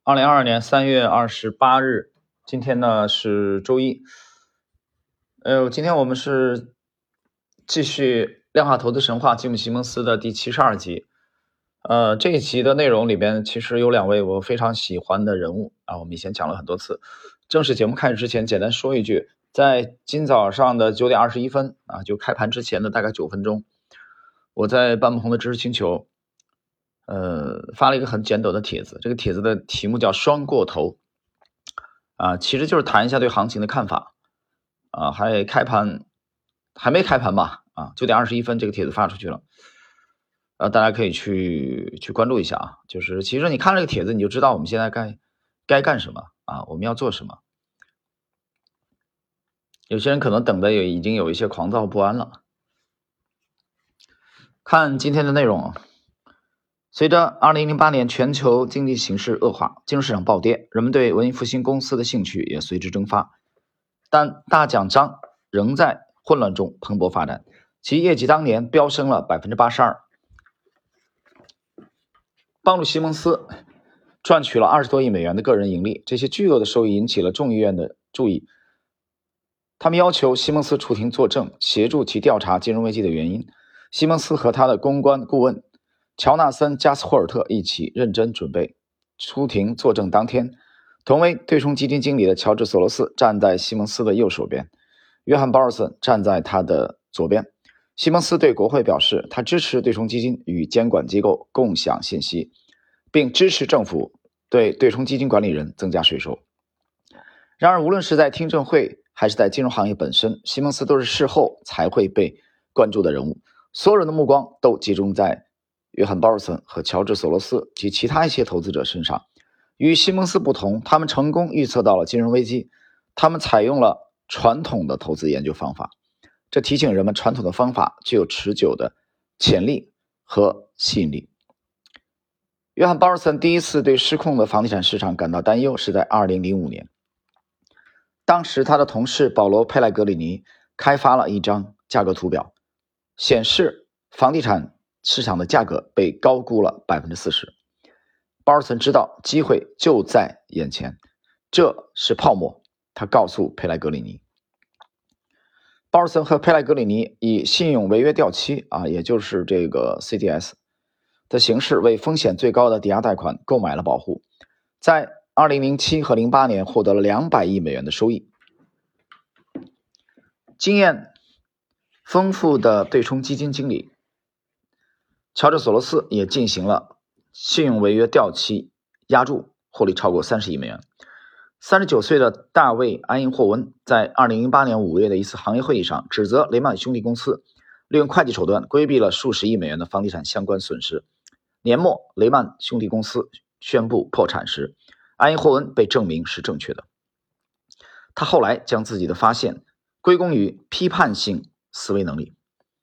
2022年3月28日，今天呢是周一。今天我们是继续量化投资神话吉姆·西蒙斯的第72集。这一集的内容里边其实有两位我非常喜欢的人物啊，我们以前讲了很多次。正式节目开始之前，简单说一句，在今早上的9点21分啊，就开盘之前的大概9分钟，我在半不红的知识星球发了一个很简短的帖子，这个帖子的题目叫双过头啊，其实就是谈一下对行情的看法啊，还没开盘吧啊，9点21分这个帖子发出去了，大家可以去关注一下啊，就是其实你看这个帖子你就知道我们现在该干什么啊，我们要做什么。有些人可能等的已经有一些狂躁不安了。看今天的内容啊。随着2008年全球经济形势恶化，金融市场暴跌，人们对文艺复兴公司的兴趣也随之蒸发。但大奖章仍在混乱中蓬勃发展，其业绩当年飙升了 82%， 帮助西蒙斯赚取了20多亿美元的个人盈利。这些巨额的收益引起了众议院的注意，他们要求西蒙斯出庭作证，协助其调查金融危机的原因。西蒙斯和他的公关顾问乔纳森·加斯霍尔特一起认真准备。出庭作证当天，同为对冲基金经理的乔治·索罗斯站在西蒙斯的右手边，约翰·鲍尔森站在他的左边。西蒙斯对国会表示，他支持对冲基金与监管机构共享信息，并支持政府对对冲基金管理人增加税收。然而，无论是在听证会还是在金融行业本身，西蒙斯都是事后才会被关注的人物。所有人的目光都集中在约翰·鲍尔森和乔治·索罗斯及其他一些投资者身上。与西蒙斯不同，他们成功预测到了金融危机，他们采用了传统的投资研究方法。这提醒人们，传统的方法具有持久的潜力和吸引力。约翰·鲍尔森第一次对失控的房地产市场感到担忧是在2005年。当时他的同事保罗·佩莱格里尼开发了一张价格图表，显示房地产市场的价格被高估了 40%。 鲍尔森知道机会就在眼前，这是泡沫，他告诉佩莱格里尼。鲍尔森和佩莱格里尼以信用违约掉期也就是这个 CDS 的形式为风险最高的抵押贷款购买了保护，在2007和08年获得了200亿美元的收益。经验丰富的对冲基金经理乔治·索罗斯也进行了信用违约掉期押注，获利超过30亿美元。39岁的大卫·安因霍温在2008年5月的一次行业会议上指责雷曼兄弟公司利用会计手段规避了数十亿美元的房地产相关损失。年末，雷曼兄弟公司宣布破产时，安因霍温被证明是正确的。他后来将自己的发现归功于批判性思维能力。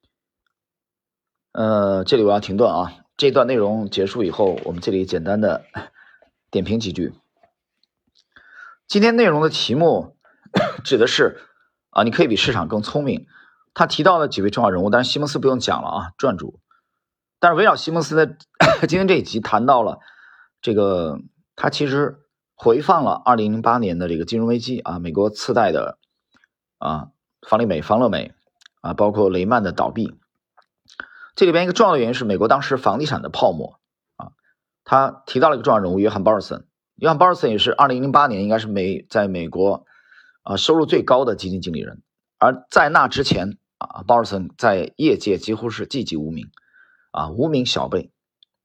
这里我要停顿啊，这段内容结束以后，我们这里简单的点评几句。今天内容的题目指的是你可以比市场更聪明。他提到了几位重要人物，但是西蒙斯不用讲了啊，传主。但是围绕西蒙斯的今天这一集谈到了这个，他其实回放了2008年的这个金融危机美国次贷的房乐美包括雷曼的倒闭。这里边一个重要的原因是美国当时房地产的泡沫他提到了一个重要人物约翰·鲍尔森。约翰·鲍尔森也是2008年应该是在美国收入最高的基金经理人，而在那之前鲍尔森在业界几乎是寂寂无名无名小辈。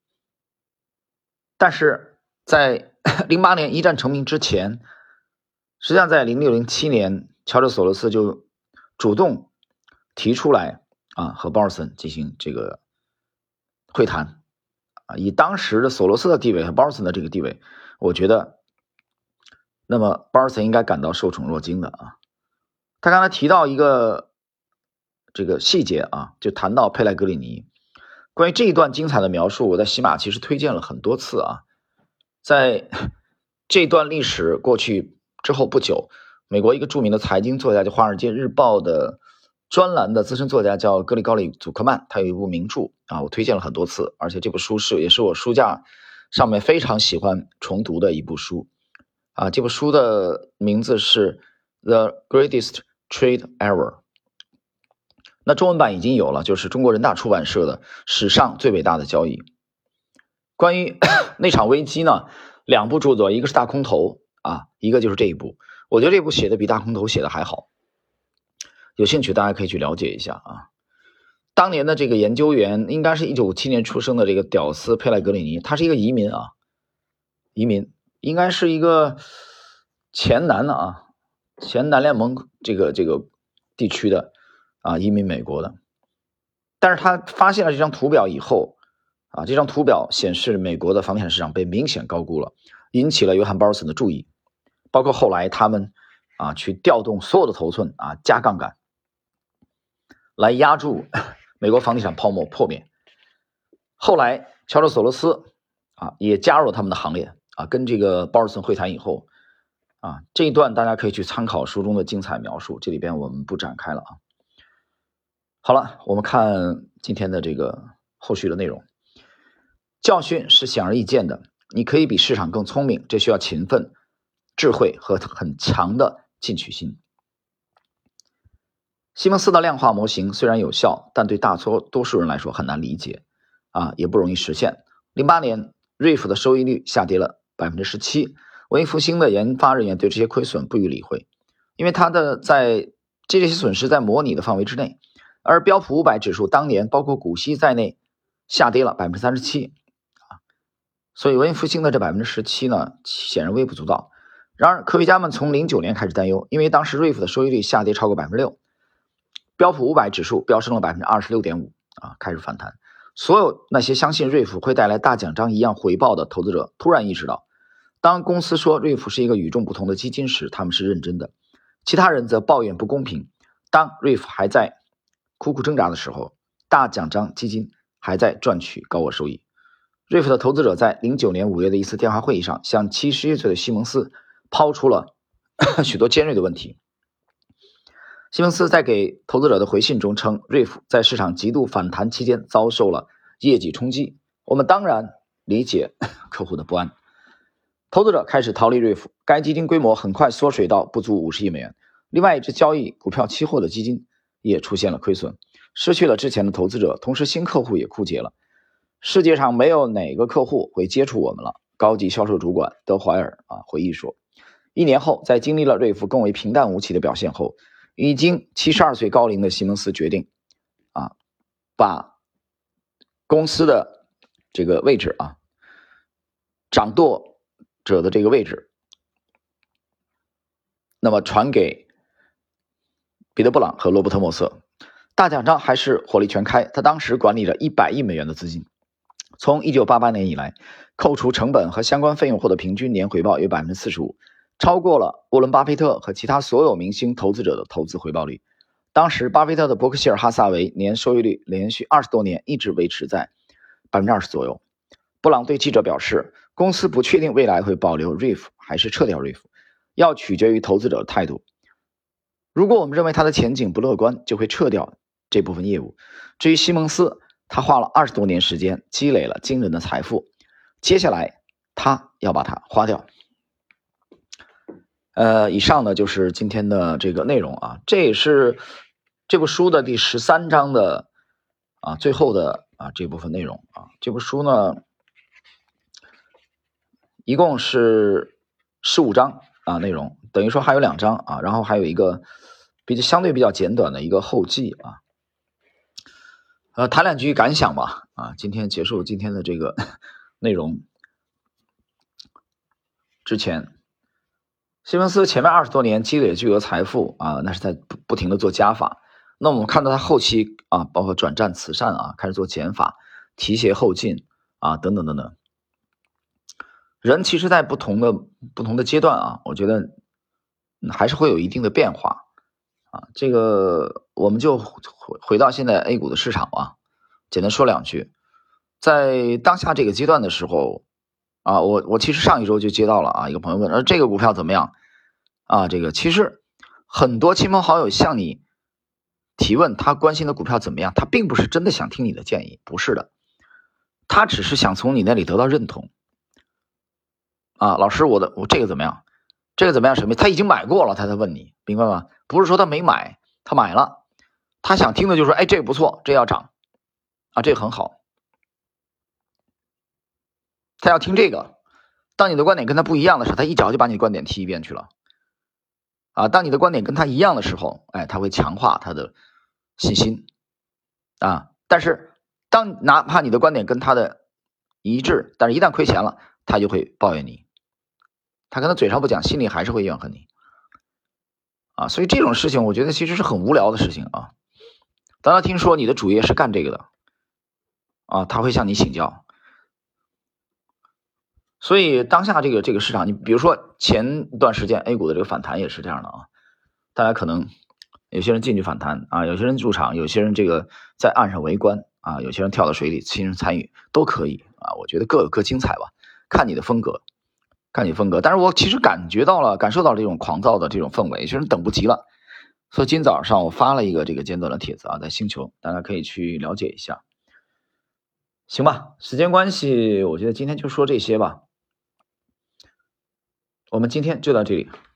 但是在08年一战成名之前，实际上在06、07年乔治·索罗斯就主动提出来和鲍尔森进行这个会谈以当时的索罗斯的地位和鲍尔森的这个地位，我觉得那么鲍尔森应该感到受宠若惊的他刚才提到一个这个细节就谈到佩莱格里尼。关于这一段精彩的描述，我在喜马其实推荐了很多次在这段历史过去之后不久，美国一个著名的财经作家，就《华尔街日报》的专栏的资深作家叫格里高里·祖克曼，他有一部名著我推荐了很多次，而且这部书也是我书架上面非常喜欢重读的一部书啊。这部书的名字是 The Greatest Trade Ever， 那中文版已经有了，就是中国人大出版社的史上最伟大的交易。关于那场危机呢，2部著作，一个是大空头啊，一个就是这一部。我觉得这部写的比大空头写的还好，有兴趣大家可以去了解一下啊。当年的这个研究员应该是1957年出生的这个屌丝佩莱格里尼，他是一个移民啊，应该是一个前南联盟这个地区的啊，移民美国的。但是他发现了这张图表以后啊，这张图表显示美国的房地产市场被明显高估了，引起了约翰鲍尔森的注意，包括后来他们啊去调动所有的头寸啊，加杠杆来压住美国房地产泡沫破灭。后来乔治索罗斯啊也加入了他们的行列啊，跟这个鲍尔森会谈以后啊，这一段大家可以去参考书中的精彩描述，这里边我们不展开了啊。好了，我们看今天的这个后续的内容。教训是显而易见的，你可以比市场更聪明，这需要勤奋、智慧和很强的进取心。西蒙斯的量化模型虽然有效，但对大多数人来说很难理解啊，也不容易实现。08年瑞福的收益率下跌了 17%， 文艺复兴的研发人员对这些亏损不予理会，因为这些损失在模拟的范围之内。而标普500指数当年包括股息在内下跌了 37%， 所以文艺复兴的这 17% 呢显然微不足道。然而科学家们从09年开始担忧，因为当时瑞福的收益率下跌超过 6%， 标普500指数飙升了 26.5% 啊，开始反弹。所有那些相信瑞福会带来大奖章一样回报的投资者突然意识到，当公司说瑞福是一个与众不同的基金时，他们是认真的，其他人则抱怨不公平。当瑞福还在苦苦挣扎的时候，大奖章基金还在赚取高额收益。瑞福的投资者在09年5月的一次电话会议上，向71岁的西蒙斯抛出了许多尖锐的问题。西蒙斯在给投资者的回信中称，瑞福在市场极度反弹期间遭受了业绩冲击。我们当然理解客户的不安。投资者开始逃离瑞福，该基金规模很快缩水到不足50亿美元。另外一只交易股票期货的基金也出现了亏损，失去了之前的投资者，同时新客户也枯竭了。世界上没有哪个客户会接触我们了，高级销售主管德怀尔回忆说。1年后，在经历了瑞福更为平淡无奇的表现后，已经72岁高龄的西蒙斯决定把公司的这个位置掌舵者的这个位置那么传给彼得·布朗和罗伯特·莫瑟。大奖章还是火力全开，他当时管理着100亿美元的资金，从1988年以来，扣除成本和相关费用后的平均年回报约 45%， 超过了沃伦·巴菲特和其他所有明星投资者的投资回报率。当时巴菲特的伯克希尔哈撒韦年收益率连续20多年一直维持在 20% 左右。布朗对记者表示，公司不确定未来会保留瑞福还是撤掉瑞福，要取决于投资者的态度。如果我们认为他的前景不乐观，就会撤掉这部分业务。至于西蒙斯，他花了20多年时间积累了惊人的财富，接下来他要把它花掉。以上呢就是今天的这个内容啊，这也是这部书的第13章的最后的这部分内容啊。这部书呢一共是15章内容，等于说还有2章然后还有一个相对比较简短的一个后记谈2句感想吧今天结束今天的这个内容之前，西蒙斯前面20多年积累巨额财富那是在不停的做加法。那我们看到他后期包括转战慈善开始做减法，提携后进等等等等。人其实在不同的阶段我觉得还是会有一定的变化这个我们就回到现在 A 股的市场简单说2句。在当下这个阶段的时候我其实上一周就接到了一个朋友问这个股票怎么样这个其实很多亲朋好友向你提问他关心的股票怎么样，他并不是真的想听你的建议，不是的，他只是想从你那里得到认同啊，老师我这个怎么样？这个怎么样？什么？他已经买过了，他才问你，明白吗？不是说他没买，他买了，他想听的就是说，哎，这个不错，这要涨啊，这个很好，他要听这个。当你的观点跟他不一样的时候，他一脚就把你的观点踢一遍去了啊。当你的观点跟他一样的时候，哎，他会强化他的信心啊。但是哪怕你的观点跟他的一致，但是一旦亏钱了，他就会抱怨你，他可能嘴上不讲，心里还是会怨恨你啊。所以这种事情，我觉得其实是很无聊的事情啊。当他听说你的主业是干这个的啊，他会向你请教。所以当下这个市场，你比如说前一段时间 A 股的这个反弹也是这样的啊，大家可能有些人进去反弹啊，有些人入场，有些人这个在岸上围观啊，有些人跳到水里亲身参与都可以啊，我觉得各有各精彩吧，看你的风格，看你风格。但是我其实感受到了这种狂躁的这种氛围，有些人等不及了，所以今早上我发了一个这个简短的帖子啊，在星球，大家可以去了解一下。行吧，时间关系，我觉得今天就说这些吧。我们今天就到这里。